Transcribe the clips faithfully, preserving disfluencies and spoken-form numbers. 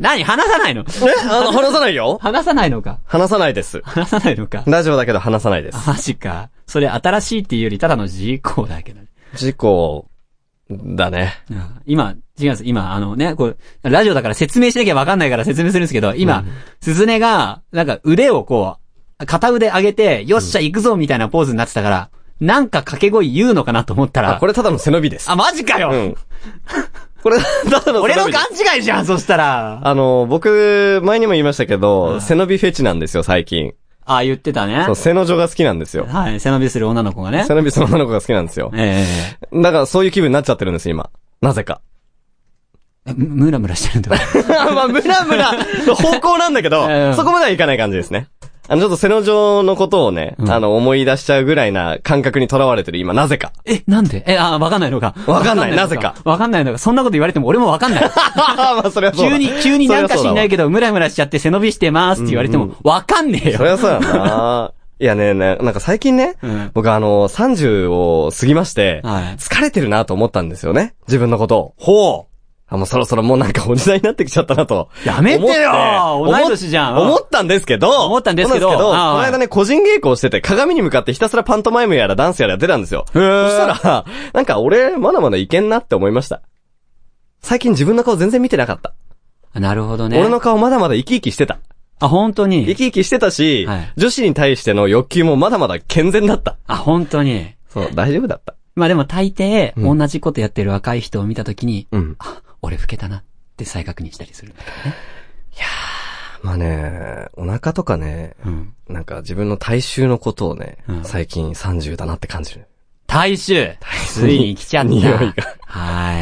何話さないの？ えあの、話さないよ。 話さないのか。 話さないです。 話さないのか。 ラジオだけど話さないです。 マジか。それ新しいっていうよりただの事故だけどね。 事故、だね。 うん、今、違います。今、あのね、こう、ラジオだから説明しなきゃわかんないから説明するんですけど、今、うん、すずねが、なんか腕をこう、片腕上げて、よっしゃ行くぞみたいなポーズになってたから、うん、なんか掛け声言うのかなと思ったら。 あ、これただの背伸びです。 あ、マジかよ、うん、 これ、ただの俺の勘違いじゃん、そしたら。 あの、僕、前にも言いましたけど、うん、背伸びフェチなんですよ、最近。 ああ、言ってたね。 そう、背の女が好きなんですよ。 はい、背伸びする女の子がね。 背伸びする女の子が好きなんですよ。ええー。だからそういう気分になっちゃってるんです、今。なぜか。 え、ムラムラしてるんだ。 まあ、ムラムラの方向なんだけど、えー、そこまではいかない感じですね。あの、ちょっと背の女のことをね、うん、あの、思い出しちゃうぐらいな感覚にとらわれてる今、なぜか。 え、なんでえ、あ、わかんないのか。 わかんない、なぜか。 わかんないのか。そんなこと言われても俺もわかんない。 まあ、それはそうだ。 急に、急になんか知んないけど、ムラムラしちゃって背伸びしてますって言われても、わかんねえよ。 そりゃそうだな。いやね、ね、なんか最近ね、うん、僕あの、さんじゅうを過ぎまして、はい、疲れてるなと思ったんですよね。自分のことを。 ほう。 あ、もうそろそろもうなんかおじさんになってきちゃったなと。 やめてよ同い年じゃん。 思ったんですけど、 思ったんですけど、 この間ね、個人稽古をしてて、鏡に向かってひたすらパントマイムやらダンスやらやってたんですよ。そしたら、なんか俺、まだまだいけんなって思いました。最近自分の顔全然見てなかった。 なるほどね。 俺の顔まだまだ生き生きしてた。 あ、本当に生き生きしてたし、はい、女子に対しての欲求もまだまだ健全だった。 あ、本当にそう、大丈夫だった。 まあでも大抵、うん、同じことやってる若い人を見たときに、うん、あ、俺老けたなって再確認したりするんだけどね。 いやー、まあね、お腹とかね、うん、なんか自分の体臭のことをね、うん、最近さんじゅうだなって感じる。 体臭ついに来ちゃった。 匂いが。 はい。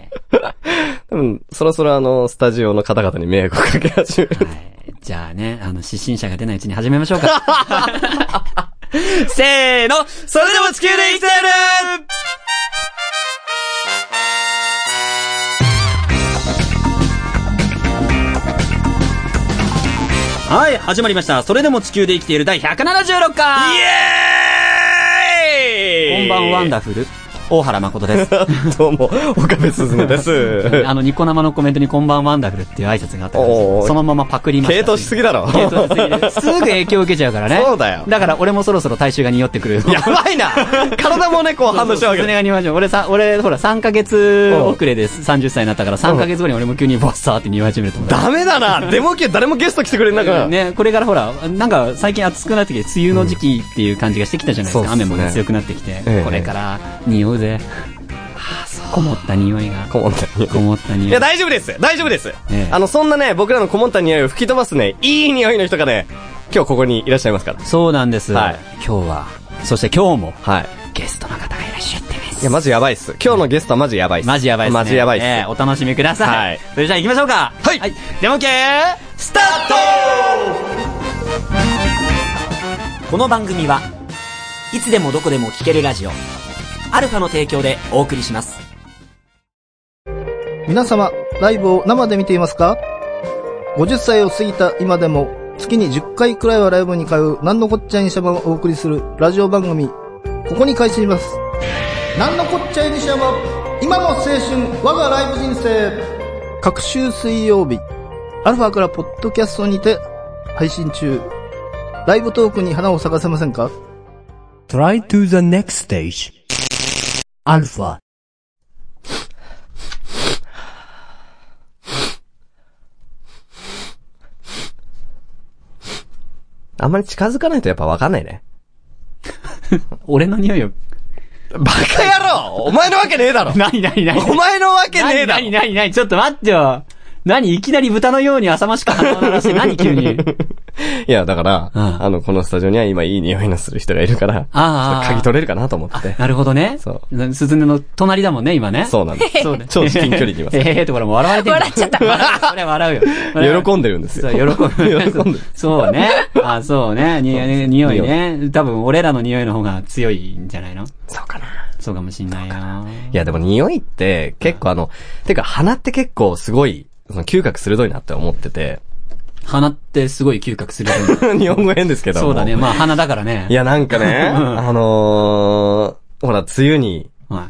多分、そろそろあの、スタジオの方々に迷惑をかけ始める。はい。 じゃあね、あの、失神者が出ないうちに始めましょうか。せーの、それでも地球で生きてるはい、始まりました。それでも地球で生きている第ひゃくななじゅうろっかい。イエーイこんばんワンダフル。大原誠です。 どうも、岡部すずめです。 あの、ニコ生のコメントにこんばんワンダフルっていう挨拶があったからそのままパクりました。 系統しすぎだろ。 系統しすぎる。すぐ影響受けちゃうからね。 そうだよ。 だから俺もそろそろ体臭が匂ってくる。 やばいな体もね、こう反応しちゃうわけ。 すずめが匂いちゃう。俺さ、俺、ほら、さんかげつ遅れでさんじゅっさいになったから、さんかげつごに俺も急にボッサーって匂い始めると思う。 ダメだなデモ級誰もゲスト来てくれんだから。 ね、これからほら、なんか最近暑くなってきて、梅雨の時期っていう感じがしてきたじゃないですか。雨もね、強くなってきて。これから、匂うぜ。こもった匂いが。 こもった匂い。 こもった匂い。 いや、大丈夫です。大丈夫です。ええ、あの、そんなね、僕らのこもった匂いを吹き飛ばすね、いい匂いの人がね、今日ここにいらっしゃいますから。 そうなんです。はい。今日は、そして今日も、 はい。 ゲストの方がいらっしゃってます。 いや、マジやばいっす。今日のゲストはマジやばいっす。 マジやばいっす、ね。 マジやばいっす。えー、お楽しみください。はい。それじゃあ行きましょうか。 はい。はい。 デモ系、スタートこの番組は、いつでもどこでも聴けるラジオ、アルファの提供でお送りします。 皆様、ライブを生で見ていますか？ごじゅっさいを過ぎた今でも、月にじゅっかいくらいはライブに通う、なんのこっちゃいにしゃばをお送りするラジオ番組、ここに開始します。なんのこっちゃいにしゃば、今の青春、我がライブ人生。各週水曜日、アルファからポッドキャストにて配信中。ライブトークに花を咲かせませんか？ Try to the next stage. アルファ。 あんまり近づかないとやっぱ分かんないね。 俺の匂いを。 バカ野郎お前のわけねえだろなになになにお前のわけねえだろなになになにちょっと待ってよ。何いきなり豚のように浅ましく鼻を鳴らして何急に。 いや、だから、うん、あの、このスタジオには今いい匂いのする人がいるから、ああ、鍵取れるかなと思って。 なるほどね。そう。すずねの隣だもんね、今ね。 そうなんです。そうね。超至近距離にいます。 ええーとこれもう笑われてる。 笑っちゃった。 それ笑うよ。 喜んでるんですよ。 そう、喜んでる。 喜んでる。 そうね。あ、そうね。匂いね。多分俺らの匂いの方が強いんじゃないの？ そうかな。 そうかもしんないよ。 いや、でも匂いって結構あの、てか鼻って結構すごい、その嗅覚鋭いなって思ってて。 鼻ってすごい嗅覚鋭い。 日本語変ですけど。 そうだね。まあ鼻だからね。 いや、なんかね、あのー、ほら、梅雨に、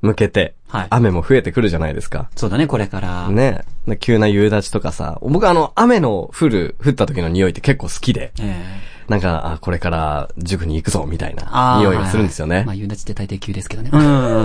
向けて、 はい。 雨も増えてくるじゃないですか。 そうだね、これから。 ね。急な夕立とかさ、僕あの、雨の降る、降った時の匂いって結構好きで。えーなんか、あ、これから塾に行くぞ、みたいな匂いがするんですよね。 はいはい、まあ、夕立って大抵急ですけどね。うん。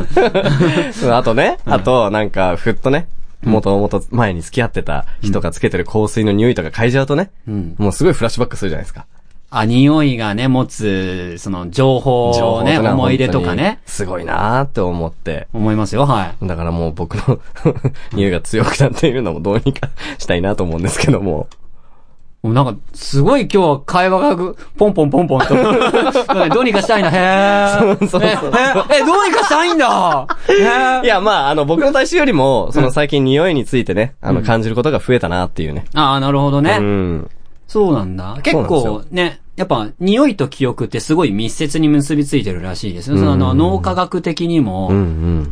あとね、あと、なんか、ふっとね、もともと前に付き合ってた人がつけてる香水の匂いとか嗅いじゃうとね、うん、もうすごいフラッシュバックするじゃないですか。 あ、匂いがね、持つ、その、情報をね、思い出とかね。 すごいなーって思って。 思いますよ、はい。 だからもう僕の匂いが強くなっているのもどうにかしたいなと思うんですけども。 なんか、すごい今日は会話がポンポンポンポンと。どうにかしたいな、へー。そうそうそう。え、え、どうにかしたいんだへー。 いや、まあ、あの、僕の体臭よりも、その最近匂いについてね、あの、感じることが増えたなっていうね。 ああ、なるほどね。 うん。 そうなんだ。結構ね、やっぱ匂いと記憶ってすごい密接に結びついてるらしいですよ。その脳科学的にも、うんうん、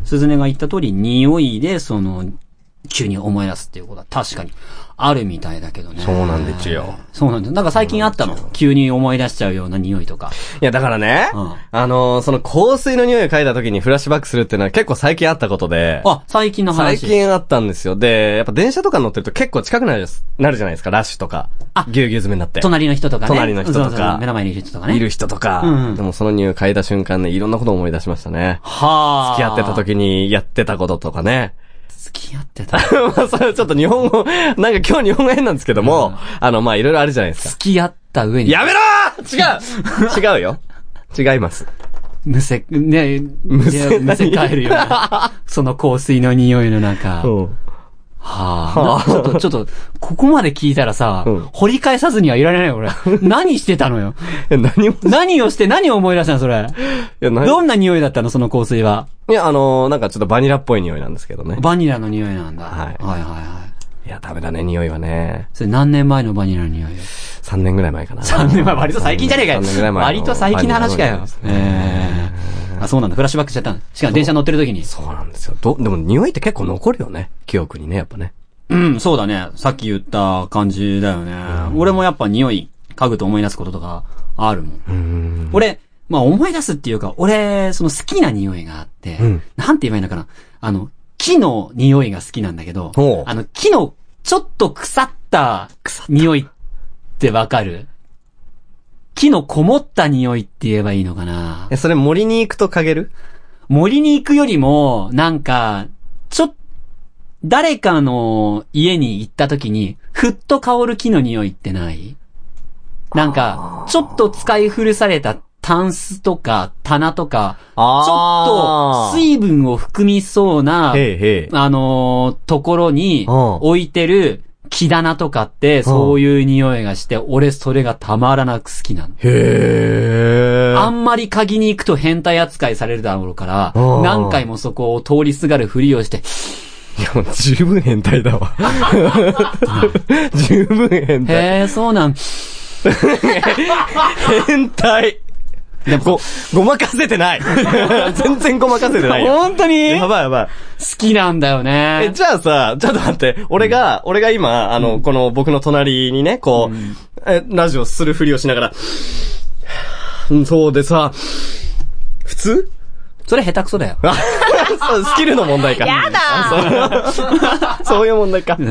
鈴音が言った通り匂いでその、急に思い出すっていうことは確かにあるみたいだけどね。 そうなんですよ。 そうなんです。なんか最近あったの？急に思い出しちゃうような匂いとか。 いやだからね、うん、あのー、その香水の匂いを嗅いだ時にフラッシュバックするっていうのは結構最近あったことで。 あ、最近の話。 最近あったんですよ。で、やっぱ電車とか乗ってると結構近くなる、なるじゃないですか、ラッシュとか。あ、ぎゅうぎゅう詰めになって。 隣の人とかね。 隣の人とか。そうそう目の前にいる人とかね。 いる人とか。うんうん、でもその匂いを嗅いだ瞬間ね、いろんなことを思い出しましたね。 はぁ。 付き合ってた時にやってたこととかね。 付き合ってたまあ、それちょっと日本語、なんか今日日本語変なんですけども、うん、あの、まあ、いろいろあるじゃないですか。 付き合った上に。 やめろー違う違うよ。違います。 むせ、ね、むせ、むせ返るような。その香水の匂いの中。うんはあ、ちょっと、ちょっと、ここまで聞いたらさ、うん、掘り返さずにはいられないよ、俺。何してたのよ。 何も何をして何を思い出したの、それ。いやどんな匂いだったの、その香水は。 いや、あのー、なんかちょっとバニラっぽい匂いなんですけどね。 バニラの匂いなんだ。 はい。 はいはいはい。 いや、ダメだね、匂いはね。 それ何年前のバニラの匂いよ。 さんねんぐらい前かな。 さんねんまえ、割と最近じゃねえかよ。 さんねんぐらい前。 割と最近の話かよ。えー。あ、そうなんだ。フラッシュバックしちゃったの。しかも電車乗ってる時に。 そうなんですよ。ど、でも匂いって結構残るよね。記憶にね、やっぱね。 うん、そうだね。さっき言った感じだよね。うん、俺もやっぱ匂い嗅ぐと思い出すこととかあるもん。うん、俺、まあ思い出すっていうか、俺、その好きな匂いがあって、うん、なんて言えばいいのかな。あの、木の匂いが好きなんだけど、あの、木のちょっと腐った匂いってわかる？木のこもった匂いって言えばいいのかな。 え、それ森に行くと嗅げる？ 森に行くよりも、なんか、ちょっと、誰かの家に行った時に、ふっと香る木の匂いってない？なんか、ちょっと使い古されたタンスとか棚とか、ちょっと水分を含みそうな、 へいへいあのー、ところに置いてる木棚とかって、そういう匂いがして、俺それがたまらなく好きなの。 へー。 あんまり嗅ぎに行くと変態扱いされるだろうから、何回もそこを通りすがるふりをして、 いや、十分変態だわ。十分変態。 へえ、そうなん。 変態。でも、ご、ごまかせてない。全然ごまかせてないよ。 本当にやばいやばい。 好きなんだよね。 え、じゃあさ、ちょっと待って、俺が、うん、俺が今、あの、うん、この僕の隣にね、こう、うん、え、ラジオするふりをしながら、うん、そうでさ、普通？ それ下手くそだよ。 そうスキルの問題か。 やだそうそういう問題か。うん、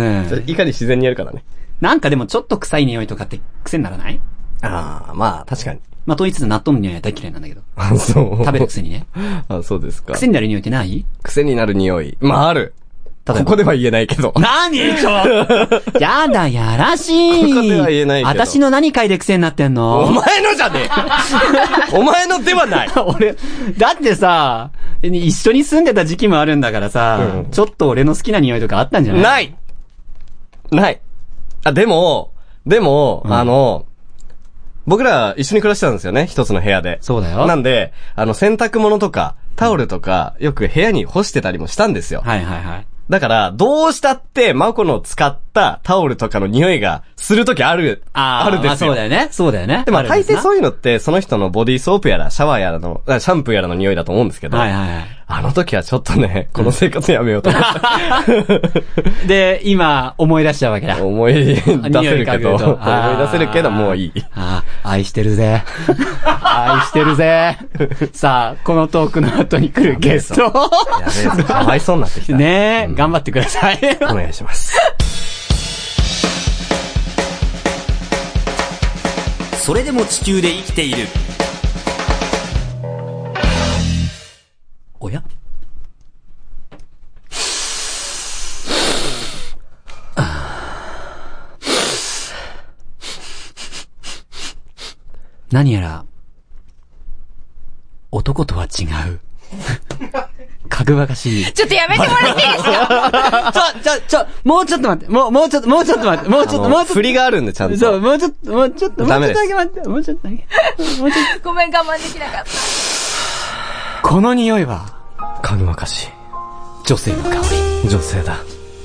いかに自然にやるからね。 なんかでもちょっと臭い匂いとかって癖にならない？ ああ、まあ確かに。 まあと言いつつ納豆の匂いは大嫌いなんだけど。 あ、そう。 食べる癖にね。 あ、そうですか。 癖になる匂いってない？ 癖になる匂い。まあある。ここでは言えないけど。 何ちょやだ、やらしい。 ここでは言えないけど。 私の何回で癖になってんの？ お前のじゃねえお前のではない俺、だってさ、一緒に住んでた時期もあるんだからさ、うん、ちょっと俺の好きな匂いとかあったんじゃない？ ないないあ、でも、でも、うん、あの、僕ら一緒に暮らしてたんですよね、一つの部屋で。 そうだよ。 なんで、あの、洗濯物とか、タオルとか、よく部屋に干してたりもしたんですよ。 はいはいはい。 だから、どうしたって、マコの使ったタオルとかの匂いがするときある、あ, あるんですよ。 まあそうだよね。そうだよね。 でも、大抵そういうのって、その人のボディーソープやら、シャワーやらの、シャンプーやらの匂いだと思うんですけど。 はいはいはい。 あの時はちょっとね、この生活やめようと思った。 で、今、思い出しちゃうわけだ。 思い出せるけど、思い出せるけど、もういい。 ああ、 愛してるぜ。愛してるぜ。さあ、このトークの後に来るゲスト。 やべえぞ、かわいそうになってきた。 ねえ、うん、頑張ってください。 お願いします。 それでも地球で生きている。おや？何やら、男とは違う。かぐわかしい。 ちょっとやめてもらっていいですか？ ちょ、ちょ、ちょ、もうちょっと待って、もう、もうちょっと、もうちょっと待って、もうちょっと、もうちょっと。 振りがあるんで、ちゃんと。 そう、もうちょっと、もうちょっと、 ダメです。 もうちょっとだけ待って、もうちょっとだけ。もうちょっと。 ごめん、我慢できなかった。 この匂いは、 かぐわかしい。 女性の香り。女性だ。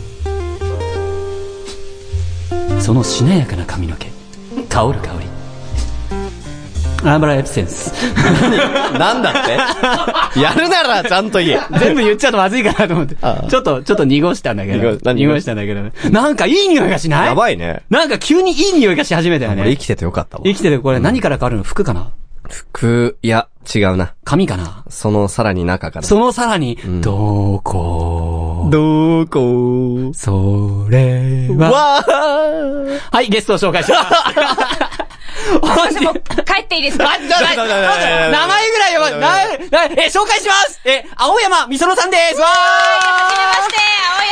そのしなやかな髪の毛、香る香り。アンブラエプセンス。 なんだってやるならちゃんと言え。 全部言っちゃうとまずいかなと思って。ああちょっと、ちょっと濁したんだけど。濁したんだけど。なんかいい匂いがしない？ やばいね。 なんか急にいい匂いがし始めたよね。 俺生きててよかったわ。 生きててこれ何から変わるの？服かな？ 服、いや、違うな。 髪かな？ そのさらに中から。 そのさらに、うん、どこどこそれは。 わーはい、ゲストを紹介します。 私も帰っていいですか？ 名前ぐらいよ、な、え、紹介しますえ、青山みそのさんです。わーはじめまして、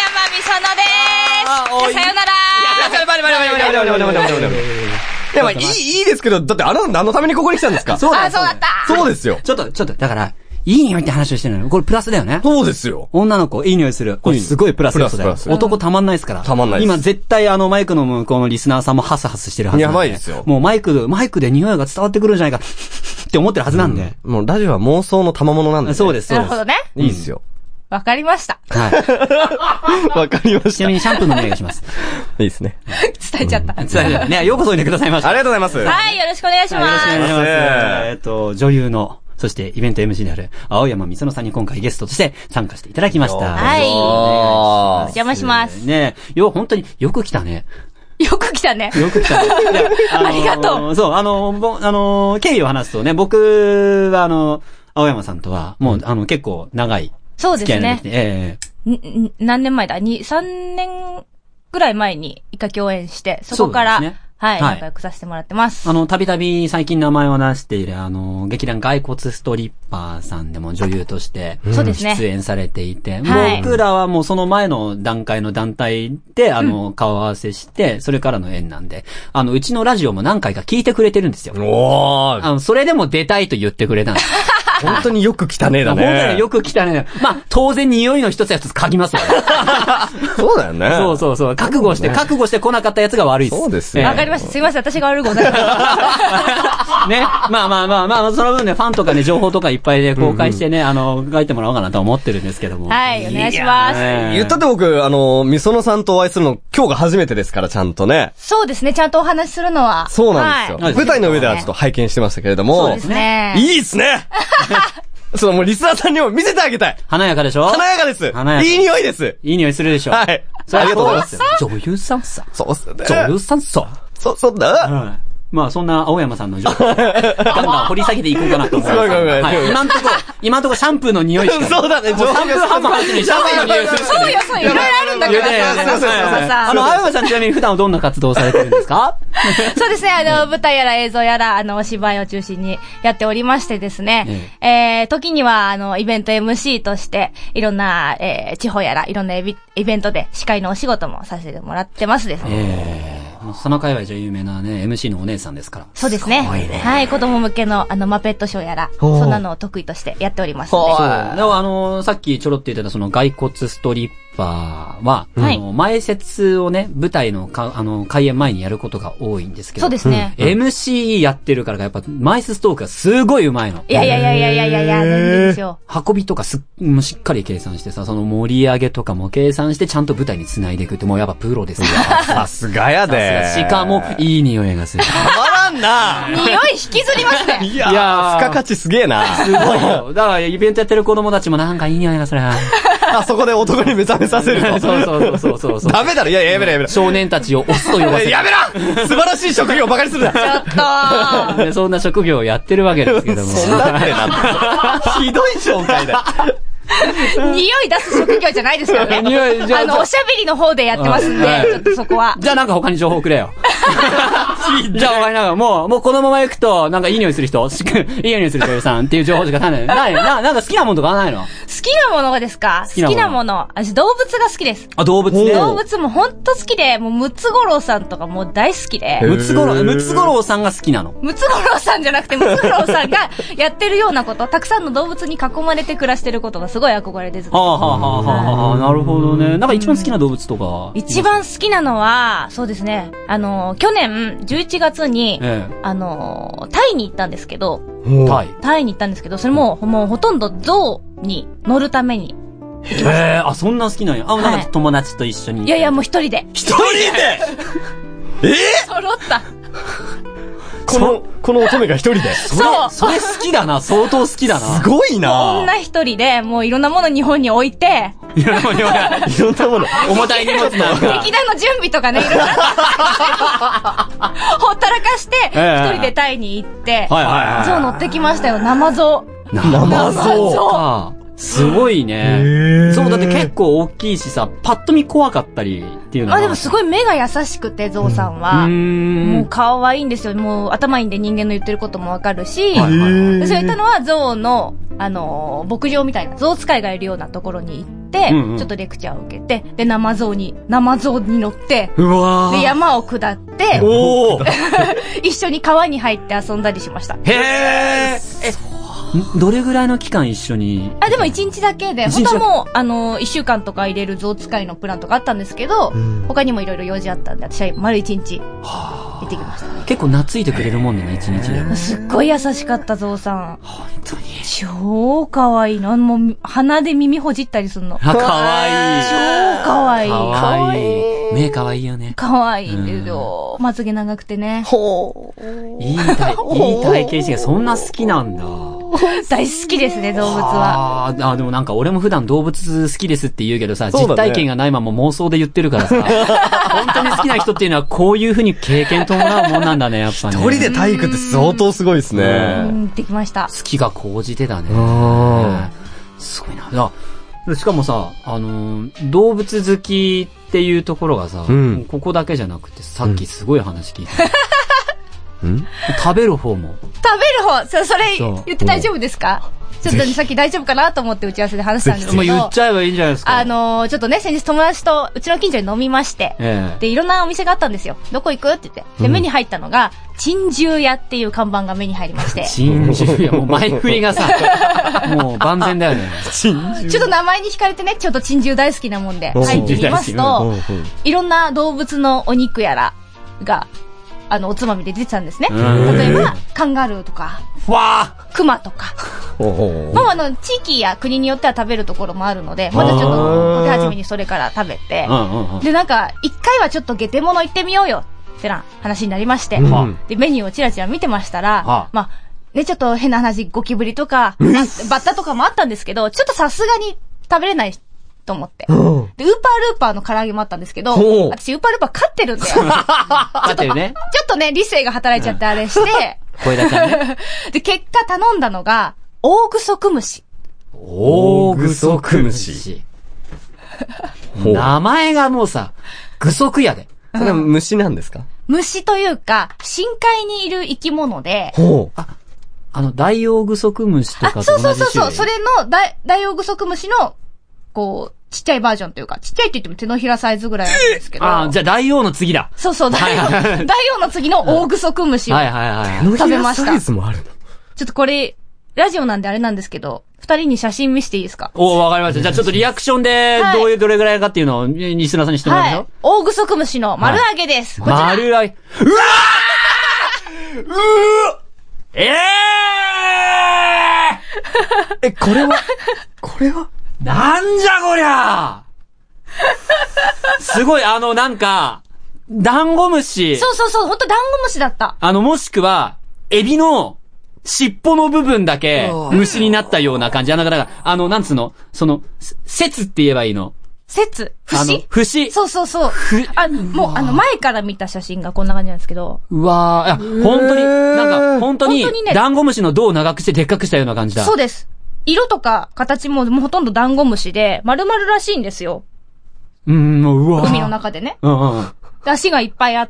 青山みそのです。さよならでもいい、いいですけど、だってあの、何のためにここに来たんですか？ そうだ、 そうだった。 そうですよ。 ちょっと、ちょっと、だから、いい匂いって話をしてるのよ。これプラスだよね。 そうですよ。 女の子、いい匂いする。これすごいプラス要素だよ。男たまんないですから。 たまんないです。 今絶対あのマイクの向こうのリスナーさんもハスハスしてるはずなんで。 やばいですよ。 もうマイク、マイクで匂いが伝わってくるんじゃないかって思ってるはずなんで。 うん、もうラジオは妄想の賜物なんで、ね。 そうです、そうです。 なるほどね。 いいですよ。 わかりました。 はい。 わかりました。 ちなみにシャンプーの匂いがします。 いいですね。 伝えちゃった。伝えちゃった。ね、ようこそいてくださいました。 ありがとうございます。 はい、よろしくお願いします。 よろしくお願いします。えっと、女優の、そしてイベント エムシー である青山みそのさんに今回ゲストとして参加していただきました。 はい。お邪魔します。 ねよ、本当によく来たね。 よく来たね。 よく来たね。 ありがとう。 そう、あの、ぼ、あの、経緯を話すとね、僕はあの、青山さんとはもう、あの、結構長い。 そうですね。 ええー、何年前だに、さんねんぐらい前に一回共演して、そこから、ね、はい、はい、仲良くさせてもらってます。 あの、たびたび最近名前を出している、あの、劇団骸骨ストリッパーさんでも女優として、 そうですね。 出演されていて、はい、僕らはもうその前の段階の団体で、あの、うん、顔合わせして、それからの縁なんで、あの、うちのラジオも何回か聞いてくれてるんですよ。 おー。 あの、それでも出たいと言ってくれたんです。 本当によく来たねだね。 本当によく来たね。まあ、当然匂いの一つやつ嗅ぎますよね。 そうだよね。 そうそうそう。覚悟して、ね、覚悟して来なかったやつが悪いです。 そうですよ。 わかりました。すいません。私が悪いございます。 ね。まあまあまあまあ、その分ね、ファンとかね、情報とかいっぱいで公開してね、うんうん、あの、書いてもらおうかなと思ってるんですけども。 はい、お願いします。 言ったって僕、あの、みそのさんとお会いするの今日が初めてですから、ちゃんとね。 そうですね。ちゃんとお話しするのは。 そうなんですよ。はい、舞台の上ではちょっと拝見してましたけれども。 そうですね。 いいっすねそう、もうリスナーさんにも見せてあげたい。 華やかでしょ？ 華やかです。 華やか。 いい匂いです。 いい匂いするでしょ？ はい。ありがとうございます。 女優さんさ。 そうっすね。 女優さんさ。 そ、そうだ。 うん。まあそんな青山さんの情報、ガンガン掘り下げていこうかなと思います。 すごいごめんごめん。 はい。今んとこ、今んとこシャンプーの匂いしか。 そうだね、 シャンプーハンマー入ってるシャンプーの匂いするしかそうよ、そうよ。いろいろあるんだから。そうそうそう。 あの、青山さんちなみに普段はどんな活動をされてるんですか？ そうですね、あの、舞台やら映像やら、あの、お芝居を中心にやっておりましてですね、えー、時には、あの、イベント エムシー として、いろんな、えー、地方やら、いろんなイベントで司会のお仕事もさせてもらってますですね。 えーその界隈じゃ有名なね、エムシー のお姉さんですから。 そうですね。すごいね。はい、子供向けの、あの、マペットショーやら、そんなのを得意としてやっておりますので。 そう。でもあの、さっきちょろって言ってたその骸骨ストリッパーは、はい、あの、前説をね、舞台のか、あの、開演前にやることが多いんですけど。 そうですね。 うん、エムシー やってるからか、やっぱ、前説トークがすごい上手いの。 いやいやいやいやいやいやいや、全然ですよ。 運びとかすっ、もうしっかり計算してさ、その盛り上げとかも計算して、ちゃんと舞台に繋いでいくって、もうやっぱプロですよ。 さすがやで。 しかも、いい匂いがする。 たまらんな匂い引きずりますね。 いやー、付加価値すげえな。 すごいよ。だから、イベントやってる子供たちもなんかいい匂いがする。 あそこで男に目覚めさせると。 そうそうそうそうそう。 ダメだろ。いや、やめろやめろ。 少年たちをオスと呼ばせる。 やめろ素晴らしい職業をバカにするな。 ちょっとー。 でそんな職業をやってるわけですけども。 そんなってなんだ。ひどい紹介だ。 匂い出す職業じゃないですからね。 匂いじゃああの、おしゃべりの方でやってますんで、ちょっとそこは。 じゃあなんか他に情報くれよ。じゃあ他になんかもう、もうこのまま行くと、なんかいい匂いする人、しく、いい匂いする女優さんっていう情報しかない。ないな、なんか好きなものとかないの？ 好きなものがですか？好きなもの。私動物が好きです。 あ、動物ね。 動物もほんと好きで、もうムツゴロウさんとかもう大好きで。 ムツゴロウ、ムツゴロウさんが好きなの？ ムツゴロウさんじゃなくて、ムツゴロウさんがやってるようなこと、たくさんの動物に囲まれて暮らしてることがすごい憧れです。 はあはあはあはあ、なるほどね。なんか一番好きな動物とか。 一番好きなのは、そうですね。あの、去年じゅういちがつに、 ええ、 あの、タイに行ったんですけど、 タイタイに行ったんですけど、それも、もうほとんど象に乗るために。 へえ、あ、そんな好きなんや。あ、なんか友達と一緒に。 いやいや、もう一人で。 一人でえぇ揃った。 この、この乙女が一人で。 そう。 それ好きだな、相当好きだな。 すごいな女一人で、もういろんなもの日本に置いて、 いろんなもの、いろんなもの。 重たい荷物なんか。 劇団の準備とかね、いろいろ。ほったらかして、一人でタイに行って、 はいはいはい。 象乗ってきましたよ、生象。 生象か。すごいね。そう、だって結構大きいしさ、パッと見怖かったりっていうのは。 あ、でもすごい目が優しくて、象さんは。もう可愛いんですよ。もう頭いいんで人間の言ってることもわかるし、そういったのは象の、あの、牧場みたいな、象使いがいるようなところに行って、うんうん、ちょっとレクチャーを受けて、で、生象に、生象に乗って、 うわで、山を下って、 お一緒に川に入って遊んだりしました。 へーえ、どれぐらいの期間一緒に？ あ、でも一日だけで、本当はもう、あの、一週間とか入れる象使いのプランとかあったんですけど、うん、他にもいろいろ用事あったんで、私は丸一日、行ってきました、ね。 結構懐いてくれるもんだな、一日で。 すっごい優しかった、象さん。 本当に。 超可愛いの。もう、鼻で耳ほじったりするの。 あ、可愛い。 超可愛い。 可愛い。目可愛いよね。 可愛いんですよ。まつげ長くてね。 ほう。いい体、いい体型して、そんな好きなんだ。 大好きですね、動物は。 ああ、でもなんか俺も普段動物好きですって言うけどさ、ね、実体験がないまま妄想で言ってるからさ、本当に好きな人っていうのはこういう風に経験伴うもんなんだね、やっぱね。 一人で体育って相当すごいですね。 うん、できました。 好きが高じてだね。ねすごいな。しかもさ、あのー、動物好きっていうところがさ、うん、ここだけじゃなくて、さっきすごい話聞いた。うん、食べる方も。 食べる方そ、それ言って大丈夫ですか？ちょっとさっき大丈夫かなと思って打ち合わせで話したんですけど。 もう言っちゃえばいいんじゃないですか。 あのー、ちょっとね、先日友達とうちの近所に飲みまして、ええ、で、いろんなお店があったんですよ。どこ行くって言って。で、目に入ったのが、珍獣屋っていう看板が目に入りまして。 珍獣屋、もう前振りがさ、もう万全だよね。 珍獣ちょっと名前に惹かれてね、ちょっと珍獣大好きなもんで、入ってみますと、いろんな動物のお肉やらが、あの、おつまみで出てたんですね。例えば、カンガルーとか、 わークマとか。まあ、あの、地域や国によっては食べるところもあるので、またちょっと、お手始めにそれから食べて、で、なんか、一回はちょっとゲテモノ行ってみようよ、ってな話になりまして、で、メニューをチラチラ見てましたら、まあ、ね、ちょっと変な話、ゴキブリとか、バッタとかもあったんですけど、ちょっとさすがに食べれないと思って。で、ウーパールーパーの唐揚げもあったんですけど、私ウーパールーパー飼ってるんで、ちょっとね、ちょっとね、理性が働いちゃってあれして、 声だけね。 で、結果頼んだのが、オオグソクムシ。 オオグソクムシ。名前がもうさ、グソクやで。 それは虫なんですか？ 虫というか、深海にいる生き物で、 ほう。あ、あの、ダイオウグソクムシとかと同じ種類。 あ、そうそうそうそう、それのダイ、ダイオウグソクムシの、こう、ちっちゃいバージョンというか、ちっちゃいって言っても手のひらサイズぐらいあるんですけど。 ああ、じゃあ大王の次だ。 そうそう、大王、大王の次のオオグソクムシを食べました。はいはいはい。手のひらサイズもあるの。ちょっとこれ、ラジオなんであれなんですけど、二人に写真見せていいですか？ おー、わかりました。じゃあちょっとリアクションで、どういう、どれぐらいかっていうのを、リスナーさんにしてもらいましょう。はい。 オオグソクムシの丸揚げです。こちら。 丸揚げ。うわーうーええーえ、これは、これはなんじゃこりゃすごい、あの、なんか、ダンゴムシ。 そうそうそう、ほんとダンゴムシだった。 あの、もしくは、エビの、 尻尾の部分だけ虫になったような感じ。だから、あの、なんつうの、その、節って言えばいいの。 節節節そうそうそう。あの、もう、あの、前から見た写真がこんな感じなんですけど。 うわー、いや、本当に、なんか、本当に、ダンゴムシの胴を長くしてでっかくしたような感じだ。 そうです。色とか形ももうほとんどダンゴムシで、丸々らしいんですよ。 うん、うわー。 海の中でね。 うんうん。 足がいっぱいあって、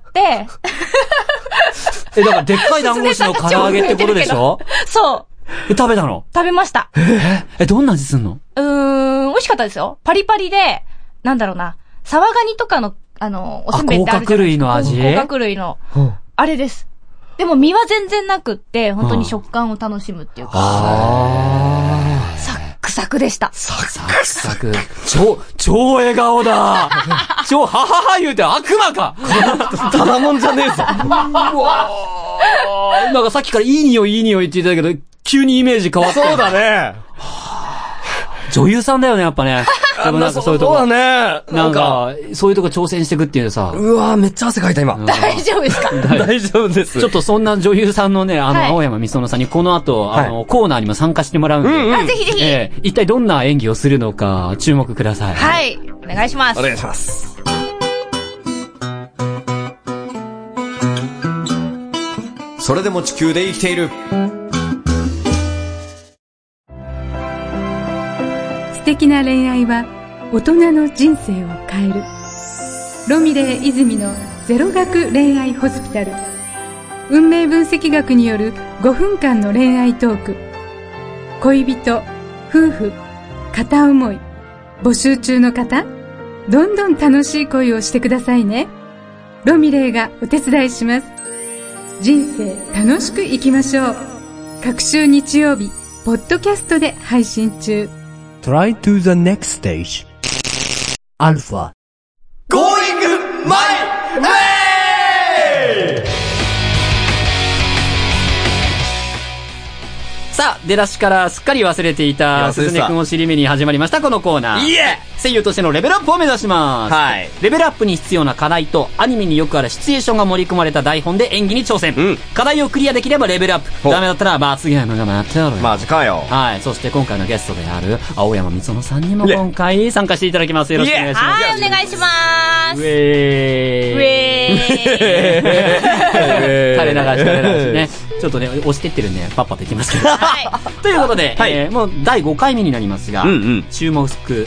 え、だからでっかいダンゴムシの唐揚げってことでしょ？ そう。 え、食べたの？ 食べました。 えー、え、どんな味すんの？ うーん、美味しかったですよ。パリパリで、なんだろうな、サワガニとかの、あの、おせんべいってあるじゃないですか。 甲殻類の味？ 甲殻類の。あれです。でも身は全然なくって、本当に食感を楽しむっていうか。あー。サックサクでした。 サクサク。超、超笑顔だ。超、ははは言うて悪魔か。 ただもんじゃねえぞ。うわー。なんかさっきからいい匂いいい匂いって言ってたけど、急にイメージ変わった。 そうだね。 女優さんだよね、やっぱね。でもなんかそういうとこ。 そうだね。 なんか、そういうとこ挑戦していくっていうさ。 うわー、めっちゃ汗かいた今。 大丈夫ですか？ 大丈夫です。 ちょっとそんな女優さんのね、あの、青山美園さんにこの後、あの、コーナーにも参加してもらうんで。 うんうん。ぜひぜひ。 えー、一体どんな演技をするのか、注目ください。 はい。お願いします。 お願いします。それでも地球で生きている。 素敵な恋愛は大人の人生を変える。ロミレー泉のゼロ学恋愛ホスピタル。運命分析学によるごふんかんの恋愛トーク。恋人、夫婦、片思い、募集中の方、どんどん楽しい恋をしてくださいね。ロミレーがお手伝いします。人生楽しく生きましょう。各週日曜日、ポッドキャストで配信中。 Try to the next stage. Alpha. Going my way! さあ、出だしからすっかり忘れていた、すずねくんを尻目に始まりました、このコーナー。 いえ声優としてのレベルアップを目指します。 はい。 レベルアップに必要な課題と、アニメによくあるシチュエーションが盛り込まれた台本で演技に挑戦。うん。課題をクリアできればレベルアップ。ダメだったら罰ゲームが待っておる。 マジかよ。 はい。そして今回のゲストである、青山美園さんにも今回参加していただきます。よろしくお願いします。 はい、お願いしまーす。 ウェーイ。 ウェーイ。 垂れ流し垂れ流しね。ちょっとね、押してってるんで、パッパといきますけど。はい。ということで、はい、えー、もうだいごかいめになりますが、うんうん、注目。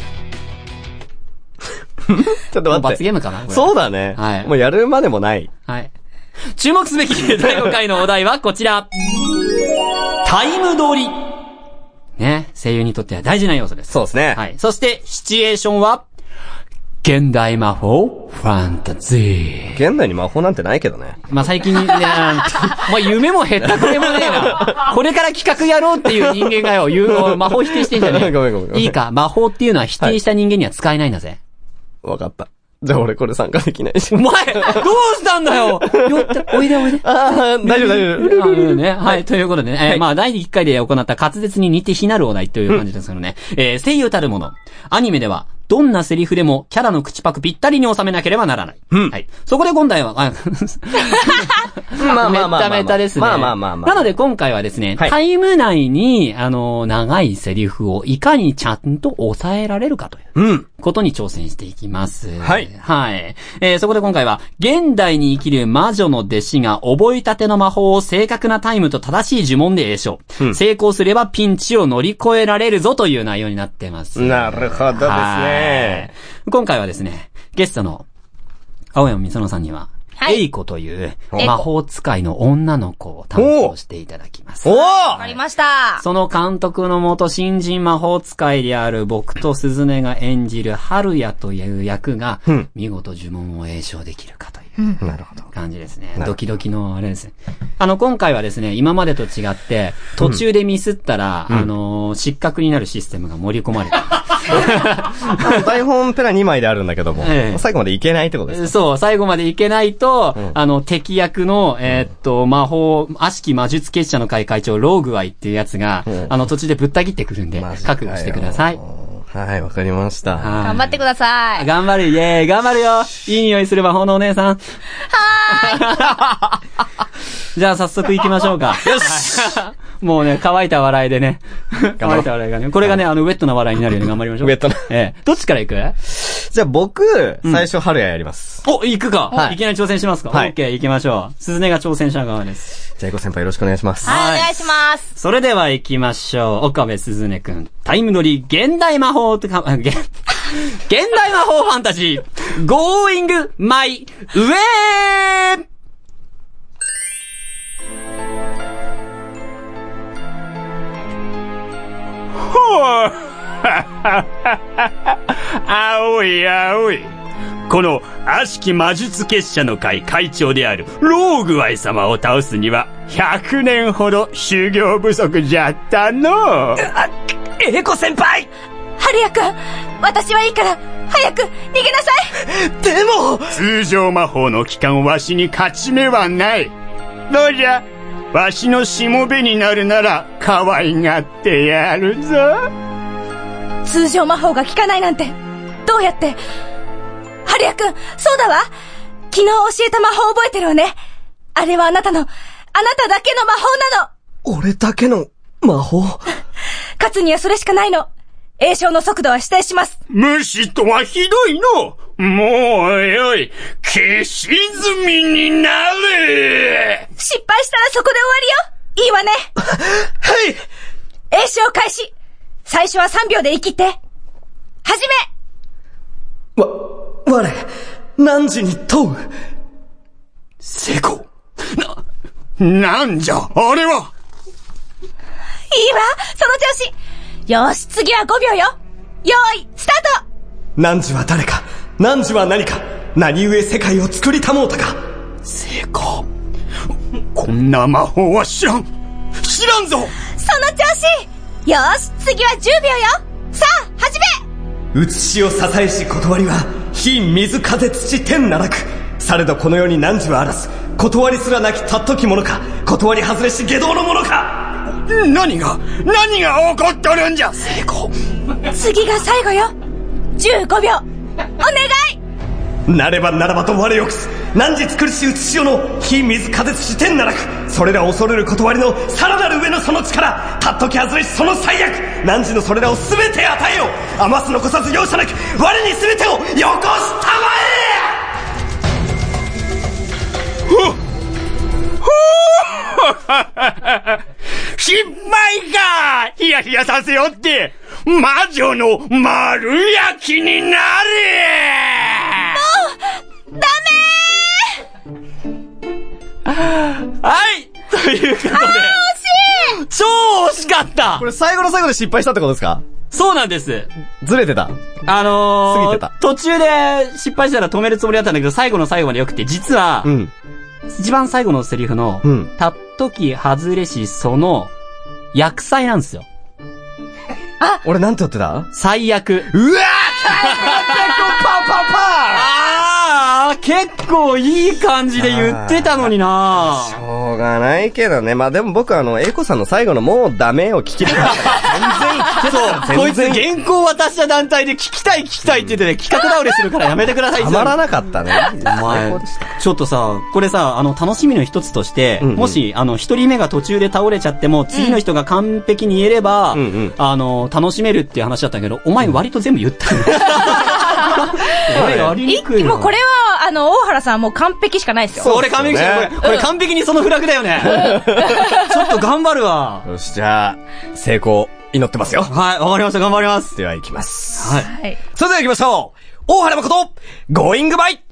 ちょっと待って。 罰ゲームかなそうだね。はい。もうやるまでもない。 はい。注目すべきだいごかいのお題はこちら。タイム撮り。ね。声優にとっては大事な要素です。 そうですね。 はい。そして、シチュエーションは、現代魔法ファンタジー。 現代に魔法なんてないけどね。 まあ、最近ね、まあ、夢も減ったくれもねえな。これから企画やろうっていう人間がよ、言う、魔法否定してんじゃねえ。 ごめんごめんごめん。 いいか、魔法っていうのは否定した人間には使えないんだぜ。 わかった。じゃあ俺これ参加できないし。 お前どうしたんだよよって、おいでおいで。 ああ、大丈夫大丈夫。 ね、はい、ということでね、はい、えー、まあ、だいいっかいで行った滑舌に似て非なるお題という感じですけどね。うん、えー、声優たるもの。アニメでは、どんなセリフでもキャラの口パクぴったりに収めなければならない。うん。はい。そこで今回は、あまあまあまあ。 メタメタですね。 まあまあまあまあ。 なので今回はですね、はい、タイム内に、あの、長いセリフをいかにちゃんと抑えられるかという。うん。ことに挑戦していきます。 はい。 はい。えー、そこで今回は、現代に生きる魔女の弟子が覚えたての魔法を正確なタイムと正しい呪文で詠唱。うん。成功すればピンチを乗り越えられるぞという内容になってます。 なるほどですね。 今回はですね、ゲストの青山美園さんには、はい、エイコという魔法使いの女の子を担当していただきます。 おおわかりました。 その監督のもと新人魔法使いである僕と鈴音が演じる春也という役が、うん、見事呪文を詠唱できるかという。うん、なるほど。感じですね。ドキドキのあれですね。あの、今回はですね、今までと違って、途中でミスったら、うん、あのー、失格になるシステムが盛り込まれてる。 台本ペラにまいであるんだけども、ええ、最後までいけないってことですか？ そう、最後までいけないと、うん、あの、敵役の、えー、っと、魔法、悪しき魔術結社の会会長、ローグアイっていうやつが、うん、あの、途中でぶった切ってくるんで、覚悟してください。 はい、わかりました。 頑張ってください。 頑張る、イェーイ、頑張るよ。いい匂いする魔法のお姉さん。はーい。 じゃあ早速行きましょうか。 よし。 もうね、乾いた笑いでね。乾いた笑いがね。これがね、あの、ウェットな笑いになるように頑張りましょう。 ウェットな。 ええ。どっちから行く？ じゃあ僕、最初春也やります。 お、行くか。 はいいきなり挑戦しますか。 はいオッケー、行きましょう。鈴音が挑戦者側です。 じゃあ、エコ先輩よろしくお願いします。 はい、お願いします。 それでは行きましょう。岡部鈴音くん。タイム乗り、現代魔法ってか、あ現、現代魔法ファンタジー、Going My Way! 青い青い。この悪しき魔術結社の会会長であるローグワイ様を倒すにはひゃくねんほど修行不足じゃったの。 エコ先輩春也くん、私はいいから、早く逃げなさい。 でも通常魔法の機関わしに勝ち目はない。どうじゃ、わしのしもべになるなら可愛がってやるぞ。 通常魔法が効かないなんて、どうやって。春也くん、そうだわ。昨日教えた魔法覚えてるわね。あれはあなたの、あなただけの魔法な俺だけの魔法の。勝つにはそれしかないの。栄唱の速度は指定します。 無視とはひどいの。もうよい、消し済みになれ。 失敗したらそこで終わりよ。いいわね。 はい栄唱開始。最初はさんびょうで言い切って。はじめ。 わ、我、汝に問う。 成功。な、なんじゃ、あれは。 いいわ、その調子。よし、次はごびょうよ。よーい、スタート。 汝は誰か、汝は何か、何故世界を作りたもうたか。 成功。こんな魔法は知らん。知らんぞ。 その調子。よし、次はじゅうびょうよ。さあ、はじめ。 写しを支えし断りは、火水風土天奈落。されどこの世に汝はあらず、断りすらなきたっときものか、断り外れし下道のものか。 何が、何が起こっとるんじゃ。成功。 次が最後よ。じゅうごびょう。お願い。 なればならばと我よくす。汝作りし写しよの、火水風土天奈落。それら恐れる断りの、さらなる上のその力。たっとき外れしその最悪。汝のそれらを全て与えよう。余す残さず容赦なく、我に全てをよこしたまえ。 失敗か。ヒヤヒヤさせよって、魔女の丸焼きになれ。 もう、ダメはい、ということで。 ー。惜しい。 超惜しかった。 これ最後の最後で失敗したってことですか？ そうなんです。 ずれてた。 あのー、 過ぎてた途中で失敗したら止めるつもりだったんだけど、最後の最後までよくて、実は、 うん。 一番最後のセリフの、 うん。 たっとき外れしその、薬剤なんですよ。 俺なんて言ってた？ 最悪。 うわー結構パンパンパンあー、結構いい感じで言ってたのになしょうがないけどね。まあでも僕あの、エイコさんの最後のもうダメを聞きたかったら全然聞けたからそう、こいつ全然原稿渡した団体で聞きたい聞きたいって言ってね、企画倒れするからやめてください。 たまらなかったね。 お前、ちょっとさ、これさ、あの、楽しみの一つとして、 うんうんもし、あの、一人目が途中で倒れちゃっても、次の人が完璧に言えれば、 うんうんあの、楽しめるっていう話だったけど、お前割と全部言ったよ。これやりにくいな。 もうこれは、あの、大原さんはもう完璧しかないですよ。 そう、俺完璧じゃん。これ、これ完璧にそのフラグだよね。ちょっと頑張るわ。 よし、じゃあ、成功、祈ってますよ。 はい、わかりました、頑張ります。 では行きます。 はい。 はい。 それでは行きましょう。大原誠、ゴーイングバイ、ウェー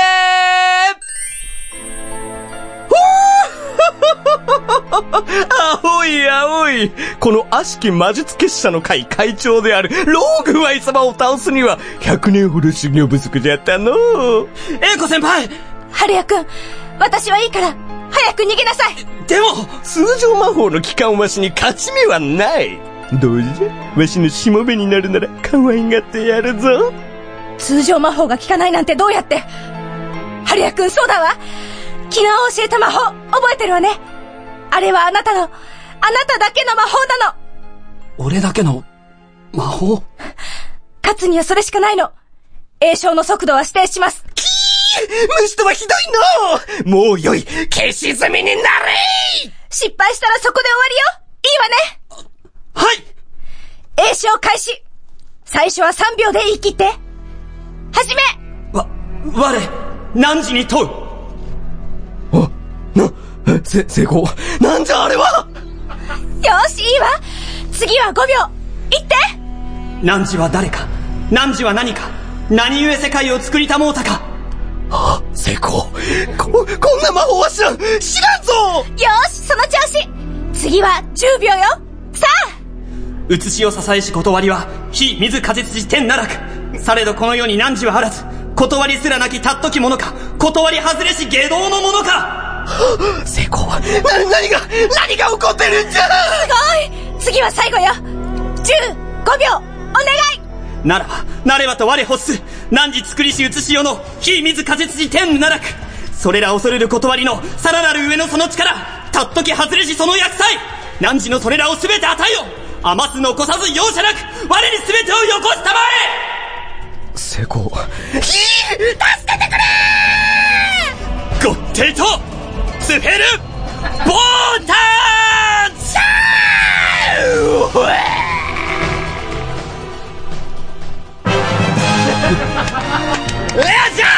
青い青い。この悪しき魔術結社の会会長であるローグワイ様を倒すにはひゃくねんほど修行不足じゃったの。 エイコ先輩春也くん、私はいいから、早く逃げなさい。 でも、通常魔法の機関わしに勝ち目はない。どうじゃ、わしのしもべになるなら可愛がってやるぞ。 通常魔法が効かないなんてどうやって。春也くん、そうだわ。昨日教えた魔法、覚えてるわね。あれはあなたの、あなただけの魔法なの。 俺だけの、魔法勝つにはそれしかないの。栄唱の速度は指定します。 キー虫とはひどいの。もうよい、消し済みになれ。 失敗したらそこで終わわね。 はい。 詠唱開始。最初はさんびょうで言い切って。はじめ。 わ、我、汝に問う。あ、な、え、せ、成功。なんじゃあれは。 よし、いいわ。次はごびょう。言って。 汝は誰か。汝は何か。何故世界を作りたもうたか。あ、成功。こ、こんな魔法は知らん。知らんぞ。 よし、その調子。次はじゅうびょうよ。さあ。 写しを支えし断りは、火水風土天奈落。されどこの世に汝はあらず、断りすらなきたっときものか、断り外れし下道のものか。成功は、な、何が、何が起こってるんじゃ。すごい。次は最後よ。じゅうごびょう、お願い。 ならば、なればと我欲す。汝作りし写し世の、火水風土天奈落。それら恐れる断りの、さらなる上のその力、たっとき外れしその厄災。汝のそれらをすべて与えよ。余す残さず容赦なく、我にすべてをよこしたまえ。成功。ひー、助けてくれー。ゴッテイとスフェルボーターチャー。よっしゃ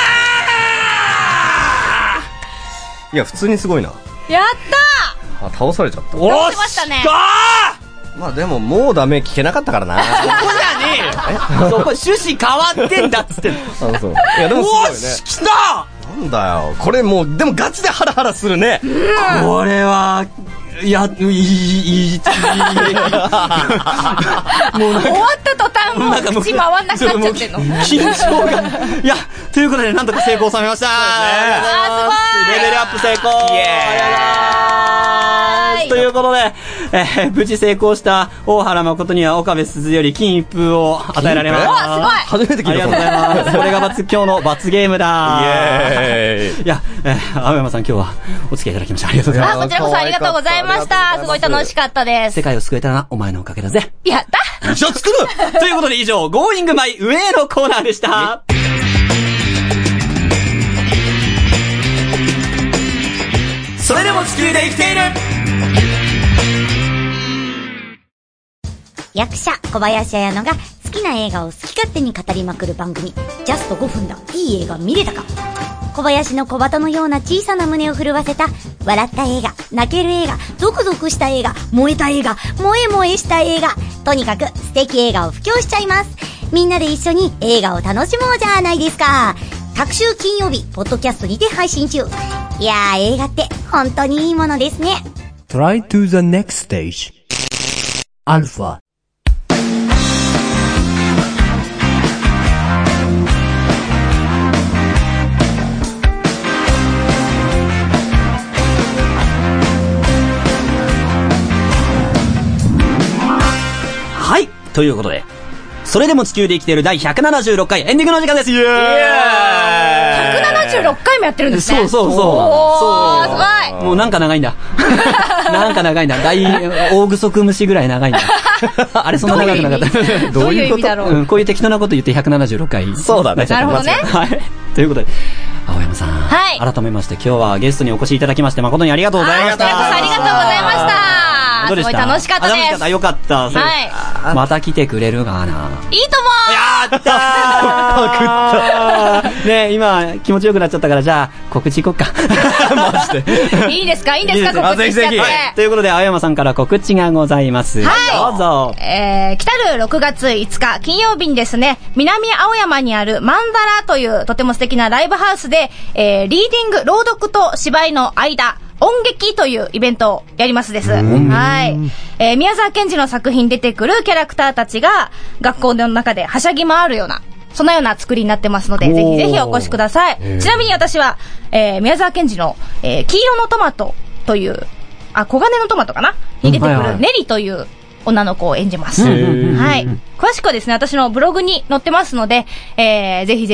ー。いや、普通にすごいな。 やったー。あ、倒されちゃった。 おーしましたね。 まあでももうダメ聞けなかったからな。 そこじゃねえよ。そこ趣旨変わってんだっつってんの。 あ、そう。いやでもすごいね。 おーし、来た。 なんだよ。これもうでもガチでハラハラするね。 これは。いや、いい、いい、終わった途端もう口回んなくなっちゃってんの。 緊張が。いや、ということでなんとか成功収めました。 あー、すごい。 レベルアップ成功。イエーイ。ということで、えー、無事成功した大原誠には岡部鈴より金一封を与えられます。 お、すごい。 初めて聞いた。 ありがとうございます。これが罰、今日の罰ゲームだ。 イエーイ。 いや、えー、青山さん今日はお付き合いいただきました。ありがとうございます。 あ、こちらこそありがとうございました。すごい楽しかったです。 世界を救えたのはお前のおかげだぜ。 やったじゃあ作る。 ということで以上、Going My Way のコーナーでした。 それでも地球で生きている。 役者小林彩乃が好きな映画を好き勝手に語りまくる番組、ジャストごふんだいい映画見れたか。小林の小鳩のような小さな胸を震わせた笑った映画、泣ける映画、ゾクゾクした映画、燃えた映画、萌え萌えした映画、とにかく素敵映画を布教しちゃいます。みんなで一緒に映画を楽しもうじゃないですか。各週金曜日ポッドキャストにて配信中。いやー、映画って本当にいいものですね。 Try to the next stage. Alpha。 はい。ということで、それでも地球で生きている第ひゃくななじゅうろっかいエンディングの時間です。イエーイ。 ひゃくななじゅうろっかいもやってるんですね。 そうそうそう。 おー、すごい。 もうなんか長いんだ。なんか長いんだ。大、大グソクムシぐらい長いんだ。あれそんな長くなかった。 どういう意味だろう。 うん、こういう適当なこと言ってひゃくななじゅうろっかい。 そうだね。 なるほどね。 はい。ということで、青山さん。 はい。 改めまして今日はゲストにお越しいただきまして誠にありがとうございました。 ありがとうございました。 どうでした？ すごい楽しかったです。 あ、よかった。 はい。 また来てくれるかな。 いいともー。やったー。ね、今気持ちよくなっちゃったからじゃあ告知いこっか。マジで。 いいですかいいですか告知しちゃって。 ということで青山さんから告知がございます。 はい。 どうぞ。 えー、来たるろくがついつか金曜日にですね、南青山にあるマンダラというとても素敵なライブハウスで、えー、リーディング、朗読と芝居の間、音劇というイベントをやりますです。はい。えー、宮沢賢治の作品に出てくるキャラクターたちが学校の中ではしゃぎ回るような、そんなような作りになってますので、ぜひぜひお越しください。ちなみに私は、えー、宮沢賢治の、えー、黄色のトマトという、あ、黄金のトマトかなに出てくるネリという女の子を演じます。はい。詳しくはですね、私のブログに載ってますので、えー、ぜひぜひ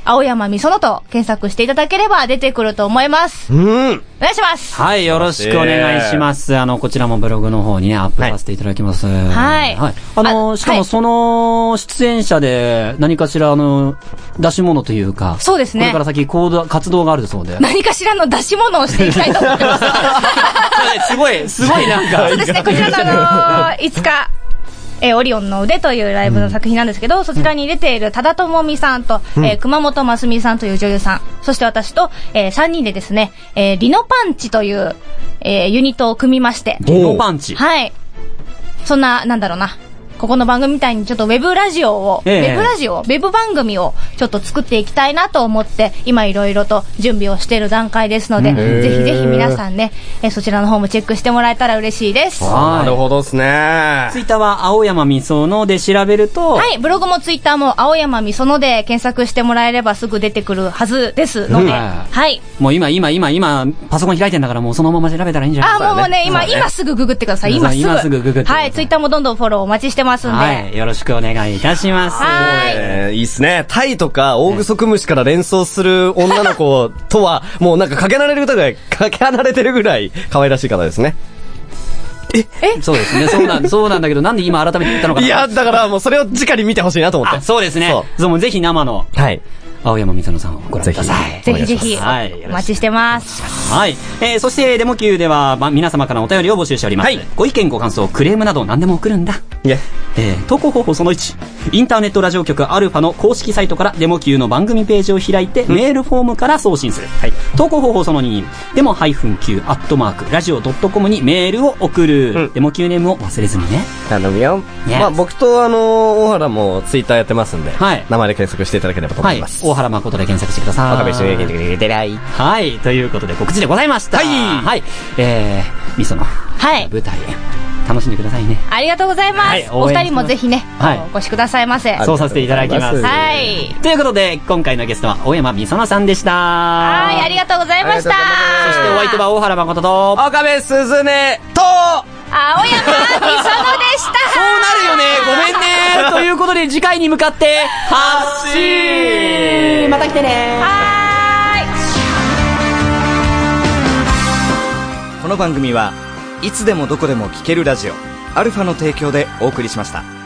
青山みそのと検索していただければ出てくると思います。 うん。 お願いします。 はい、よろしくお願いします。あの、こちらもブログの方にね、アップさせていただきます。 はい。 はい。あの、しかもその、出演者で何かしら、あの、出し物というか、 そうですね。 これから先行動、活動があるそうで。 何かしらの出し物をしていきたいと思います。 すごい、すごいなんか。 そうですね、こちらのあのー、いつか、えー、オリオンの腕というライブの作品なんですけど、うん、そちらに出ている多田智美さんと、うん、えー、熊本真澄さんという女優さん、そして私と、えー、さんにんでですね、えー、リノパンチという、えー、ユニットを組みまして。 リノパンチ？ はい。そんな、なんだろうな。ここの番組みたいにちょっとウェブラジオを、ええ、ウェブラジオ、ウェブ番組をちょっと作っていきたいなと思って、今いろいろと準備をしている段階ですので、ぜひぜひ皆さんね、えそちらの方もチェックしてもらえたら嬉しいです。 なるほどですね。 ツイッターは青山みそので調べると、 はい、ブログもツイッターも青山みそので検索してもらえればすぐ出てくるはずですので、うん、はい。 もう今今今今パソコン開いてんだからもうそのまま調べたらいいんじゃないですか。 あ、もうもうね、今、ね、今すぐググってください。今すぐ。 今すぐググって。 はい、ツイッターもどんどんフォローお待ちしてますんで。 はい、よろしくお願いいたします。 はい、 えー、いいっすね。タイとか大グソクムシから連想する女の子とは、もうなんかかけ離れるぐらい、かけ離れてるぐらい可愛らしい方ですね。 ええそうですね。そうなん、そうなんだけど、なんで今改めて言ったのかな。 いや、だからもうそれを直に見てほしいなと思って。 あ、そうですね。そう。そう、もうぜひ生の。 はい。 青山みそのさんをご覧ください。 ぜひぜひ、はい、お待ちしてます。 はい。えー、そして、デモ級では、ま、皆様からお便りを募集しております。はい。ご意見、ご感想、クレームなど何でも送るんだ。 いや。 えー、投稿方法そのいち。インターネットラジオ局アルファの公式サイトからデモ級の番組ページを開いて、メールフォームから送信する。はい。投稿方法そのに。デモ -Q アットマークラジオドットコムにメールを送る。うん、デモ級ネームを忘れずにね。 頼むよ。Yes. まあ、僕とあの、大原もツイッターやってますんで、はい。名前で検索していただければと思います。 はい。大原誠で検索してください。 岡部一緒に元気に出ない。 はい。ということで告知でございました。 はい。 はい。えー、みその。 はい。 舞台、楽しんでくださいね。 ありがとうございます。はい、お二人もぜひね、はい、お越しくださいませ。 そうさせていただきます。 はい。 ということで、今回のゲストは、青山みそのさんでした。 はい、ありがとうございました。 そしてお相手は大原誠と、 岡部すずねと、 青山みそのでした。そうなるよね。ごめんね。ということで、次回に向かって、発信また来てね。 はーい。 この番組はいつでもどこでも聴けるラジオアルファの提供でお送りしました。